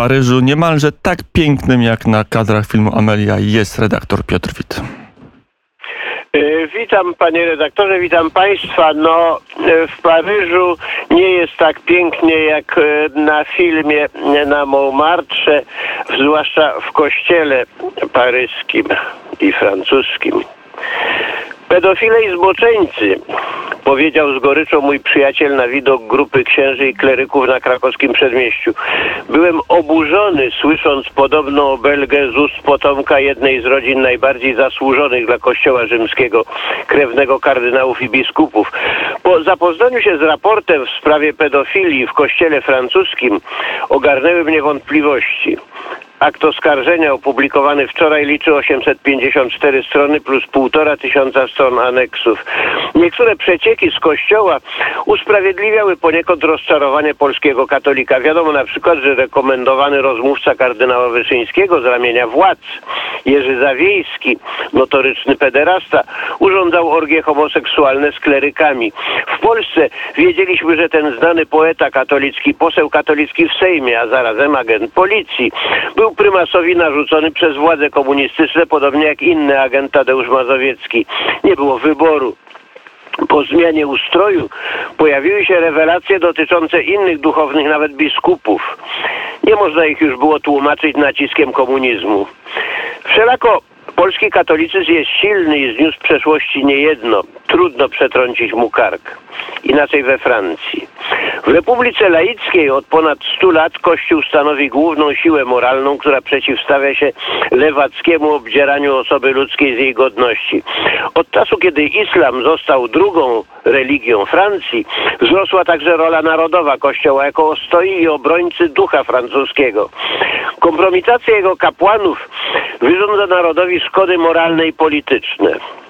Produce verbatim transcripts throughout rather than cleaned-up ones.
Paryżu, niemalże tak pięknym jak na kadrach filmu Amelia, jest redaktor Piotr Wit. Witam panie redaktorze, witam państwa. No, w Paryżu nie jest tak pięknie jak na filmie na Montmartre, zwłaszcza w kościele paryskim i francuskim. Pedofile i zboczeńcy, powiedział z goryczą mój przyjaciel na widok grupy księży i kleryków na krakowskim przedmieściu. Byłem oburzony, słysząc podobną obelgę z ust potomka jednej z rodzin najbardziej zasłużonych dla Kościoła rzymskiego, krewnego kardynałów i biskupów. Po zapoznaniu się z raportem w sprawie pedofilii w kościele francuskim ogarnęły mnie wątpliwości. Akt oskarżenia opublikowany wczoraj liczy osiemset pięćdziesiąt cztery strony plus półtora tysiąca stron aneksów. Niektóre przecieki z kościoła usprawiedliwiały poniekąd rozczarowanie polskiego katolika. Wiadomo na przykład, że rekomendowany rozmówca kardynała Wyszyńskiego z ramienia władz, Jerzy Zawiejski, notoryczny pederasta, urządzał orgie homoseksualne z klerykami. W Polsce wiedzieliśmy, że ten znany poeta katolicki, poseł katolicki w Sejmie, a zarazem agent policji, był prymasowi narzucony przez władze komunistyczne, podobnie jak inny agent Tadeusz Mazowiecki. Nie było wyboru. Po zmianie ustroju pojawiły się rewelacje dotyczące innych duchownych, nawet biskupów. Nie można ich już było tłumaczyć naciskiem komunizmu. Wszelako polski katolicyzm jest silny i zniósł w przeszłości niejedno. Trudno przetrącić mu kark. Inaczej we Francji. W Republice Laickiej od ponad stu lat Kościół stanowi główną siłę moralną, która przeciwstawia się lewackiemu obdzieraniu osoby ludzkiej z jej godności. Od czasu, kiedy islam został drugą religią Francji, wzrosła także rola narodowa Kościoła jako ostoi i obrońcy ducha francuskiego. Kompromitacja jego kapłanów wyrządza narodowi szkody moralne i polityczne.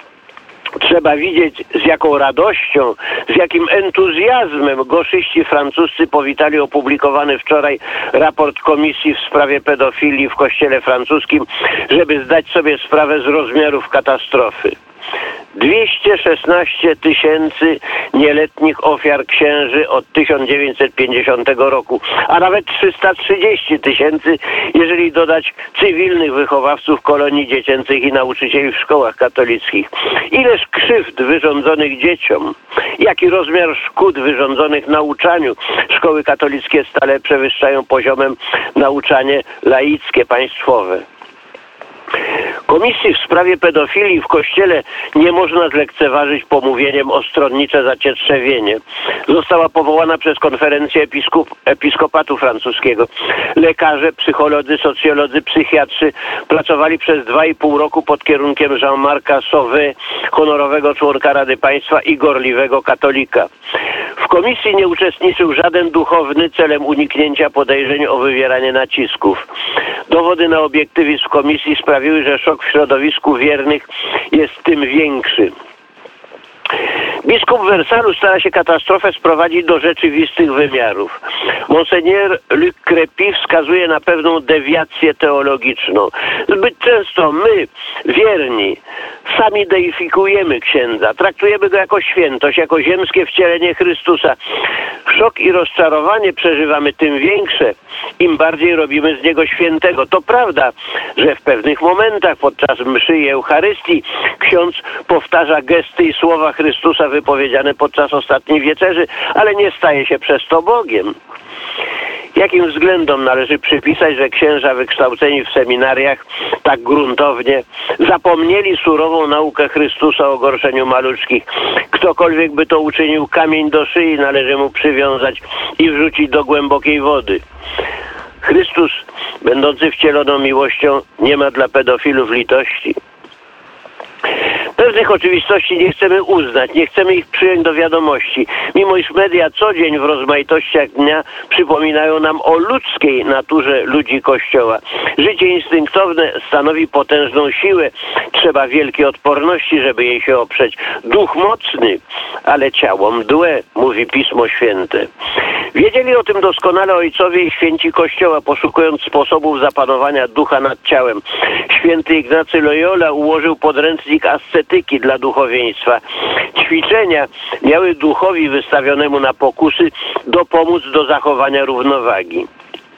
Trzeba widzieć, z jaką radością, z jakim entuzjazmem goszyści francuscy powitali opublikowany wczoraj raport komisji w sprawie pedofilii w kościele francuskim, żeby zdać sobie sprawę z rozmiarów katastrofy. dwieście szesnaście tysięcy nieletnich ofiar księży od tysiąc dziewięćset pięćdziesiątego roku, a nawet trzysta trzydzieści tysięcy, jeżeli dodać cywilnych wychowawców kolonii dziecięcych i nauczycieli w szkołach katolickich. Ileż krzywd wyrządzonych dzieciom, jaki rozmiar szkód wyrządzonych nauczaniu. Szkoły katolickie stale przewyższają poziomem nauczanie laickie, państwowe. Komisji w sprawie pedofilii w kościele nie można zlekceważyć pomówieniem o stronnicze zacietrzewienie. Została powołana przez konferencję episkop, episkopatu francuskiego. Lekarze, psycholodzy, socjolodzy, psychiatrzy pracowali przez dwa i pół roku pod kierunkiem Jean-Marca Sauvé, honorowego członka Rady Państwa i gorliwego katolika. W komisji nie uczestniczył żaden duchowny celem uniknięcia podejrzeń o wywieranie nacisków. Dowody na obiektywizm komisji sprawiły, że szok w środowisku wiernych jest tym większy. Biskup Wersalu stara się katastrofę sprowadzić do rzeczywistych wymiarów. Monseigneur Luc Crépy wskazuje na pewną dewiację teologiczną. Zbyt często my, wierni, sami deifikujemy księdza, traktujemy go jako świętość, jako ziemskie wcielenie Chrystusa. Szok i rozczarowanie przeżywamy tym większe, im bardziej robimy z niego świętego. To prawda, że w pewnych momentach podczas mszy i Eucharystii ksiądz powtarza gesty i słowa Chrystusa wypowiedziane podczas ostatniej wieczerzy, ale nie staje się przez to Bogiem. Jakim względom należy przypisać, że księża wykształceni w seminariach tak gruntownie zapomnieli surową naukę Chrystusa o gorszeniu maluczkich? Ktokolwiek by to uczynił, kamień do szyi należy mu przywiązać i wrzucić do głębokiej wody. Chrystus, będący wcieloną miłością, nie ma dla pedofilów litości. Pewnych oczywistości nie chcemy uznać, nie chcemy ich przyjąć do wiadomości, mimo iż media co dzień w rozmaitościach dnia przypominają nam o ludzkiej naturze ludzi Kościoła. Życie instynktowne stanowi potężną siłę, trzeba wielkiej odporności, żeby jej się oprzeć. Duch mocny, ale ciało mdłe, mówi Pismo Święte. Wiedzieli o tym doskonale ojcowie i święci Kościoła, poszukując sposobów zapanowania ducha nad ciałem. Święty Ignacy Loyola ułożył podręcznik ascetyki dla duchowieństwa. Ćwiczenia miały duchowi wystawionemu na pokusy dopomóc do zachowania równowagi.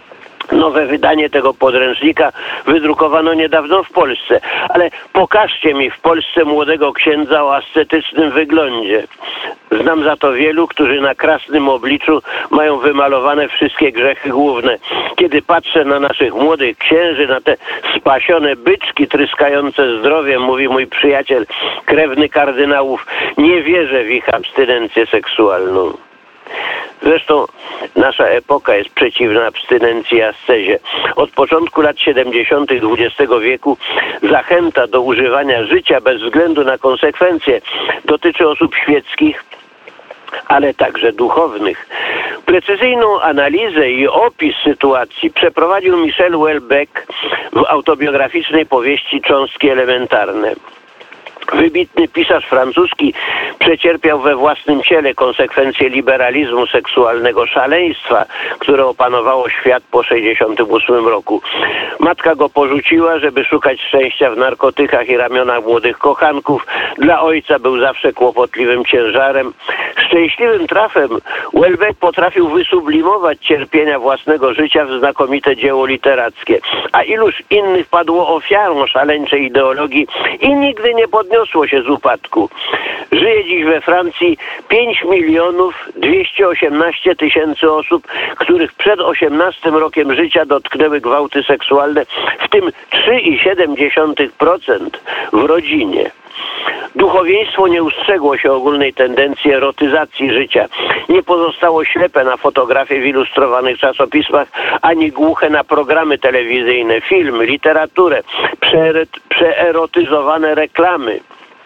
Nowe wydanie tego podręcznika wydrukowano niedawno w Polsce, ale pokażcie mi w Polsce młodego księdza o ascetycznym wyglądzie. Znam za to wielu, którzy na krasnym obliczu mają wymalowane wszystkie grzechy główne. Kiedy patrzę na naszych młodych księży, na te spasione byczki tryskające zdrowiem, mówi mój przyjaciel, krewny kardynałów, nie wierzę w ich abstynencję seksualną. Zresztą nasza epoka jest przeciwna abstynencji i ascezie. Od początku lat siedemdziesiątych dwudziestego wieku zachęta do używania życia bez względu na konsekwencje dotyczy osób świeckich, ale także duchownych. Precyzyjną analizę i opis sytuacji przeprowadził Michel Houellebecq w autobiograficznej powieści Cząstki elementarne. Wybitny pisarz francuski przecierpiał we własnym ciele konsekwencje liberalizmu seksualnego, szaleństwa, które opanowało świat po sześćdziesiątym ósmym roku. Matka go porzuciła, żeby szukać szczęścia w narkotykach i ramionach młodych kochanków. Dla ojca był zawsze kłopotliwym ciężarem. Szczęśliwym trafem Houellebecq potrafił wysublimować cierpienia własnego życia w znakomite dzieło literackie. A iluż innych padło ofiarą szaleńczej ideologii i nigdy nie podniosło się z upadku. Żyje dziś we Francji pięć milionów dwieście osiemnaście tysięcy osób, których przed osiemnastym rokiem życia dotknęły gwałty seksualne, w tym trzy i siedem dziesiątych procent w rodzinie. Duchowieństwo nie ustrzegło się ogólnej tendencji erotyzacji życia. Nie pozostało ślepe na fotografie w ilustrowanych czasopismach, ani głuche na programy telewizyjne, filmy, literaturę, przeerotyzowane reklamy.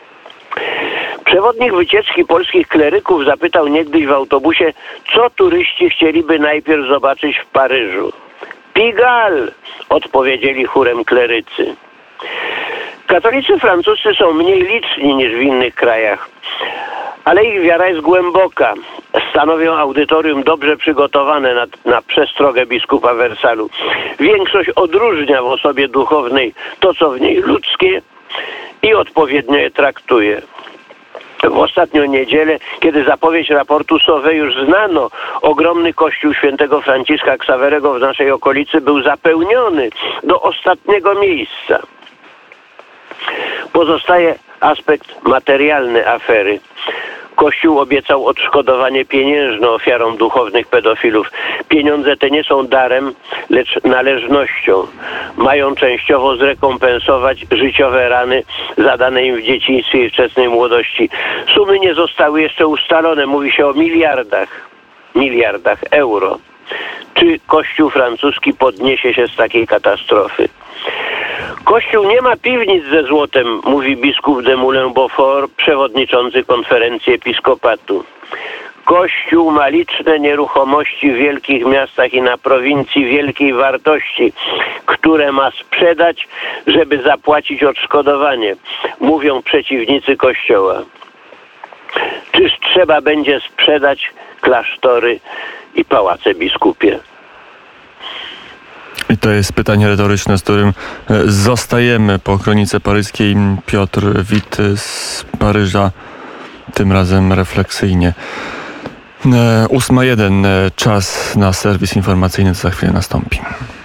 Przewodnik wycieczki polskich kleryków zapytał niegdyś w autobusie, co turyści chcieliby najpierw zobaczyć w Paryżu. Pigalle, odpowiedzieli chórem klerycy. Katolicy francuscy są mniej liczni niż w innych krajach, ale ich wiara jest głęboka. Stanowią audytorium dobrze przygotowane na, na przestrogę biskupa Wersalu. Większość odróżnia w osobie duchownej to, co w niej ludzkie i odpowiednio je traktuje. W ostatnią niedzielę, kiedy zapowiedź raportu Sauvé już znano, ogromny kościół świętego Franciszka Ksawerego w naszej okolicy był zapełniony do ostatniego miejsca. Pozostaje aspekt materialny afery. Kościół obiecał odszkodowanie pieniężne ofiarom duchownych pedofilów. Pieniądze te nie są darem, lecz należnością. Mają częściowo zrekompensować życiowe rany zadane im w dzieciństwie i wczesnej młodości. Sumy nie zostały jeszcze ustalone. Mówi się o miliardach, miliardach euro. Czy Kościół francuski podniesie się z takiej katastrofy? Kościół nie ma piwnic ze złotem, mówi biskup de Moulin-Beaufort, przewodniczący konferencji episkopatu. Kościół ma liczne nieruchomości w wielkich miastach i na prowincji wielkiej wartości, które ma sprzedać, żeby zapłacić odszkodowanie, mówią przeciwnicy Kościoła. Czyż trzeba będzie sprzedać klasztory i pałace biskupie? I to jest pytanie retoryczne, z którym zostajemy po kronice paryskiej. Piotr Wit z Paryża, tym razem refleksyjnie. ósma jeden, czas na serwis informacyjny, co za chwilę nastąpi.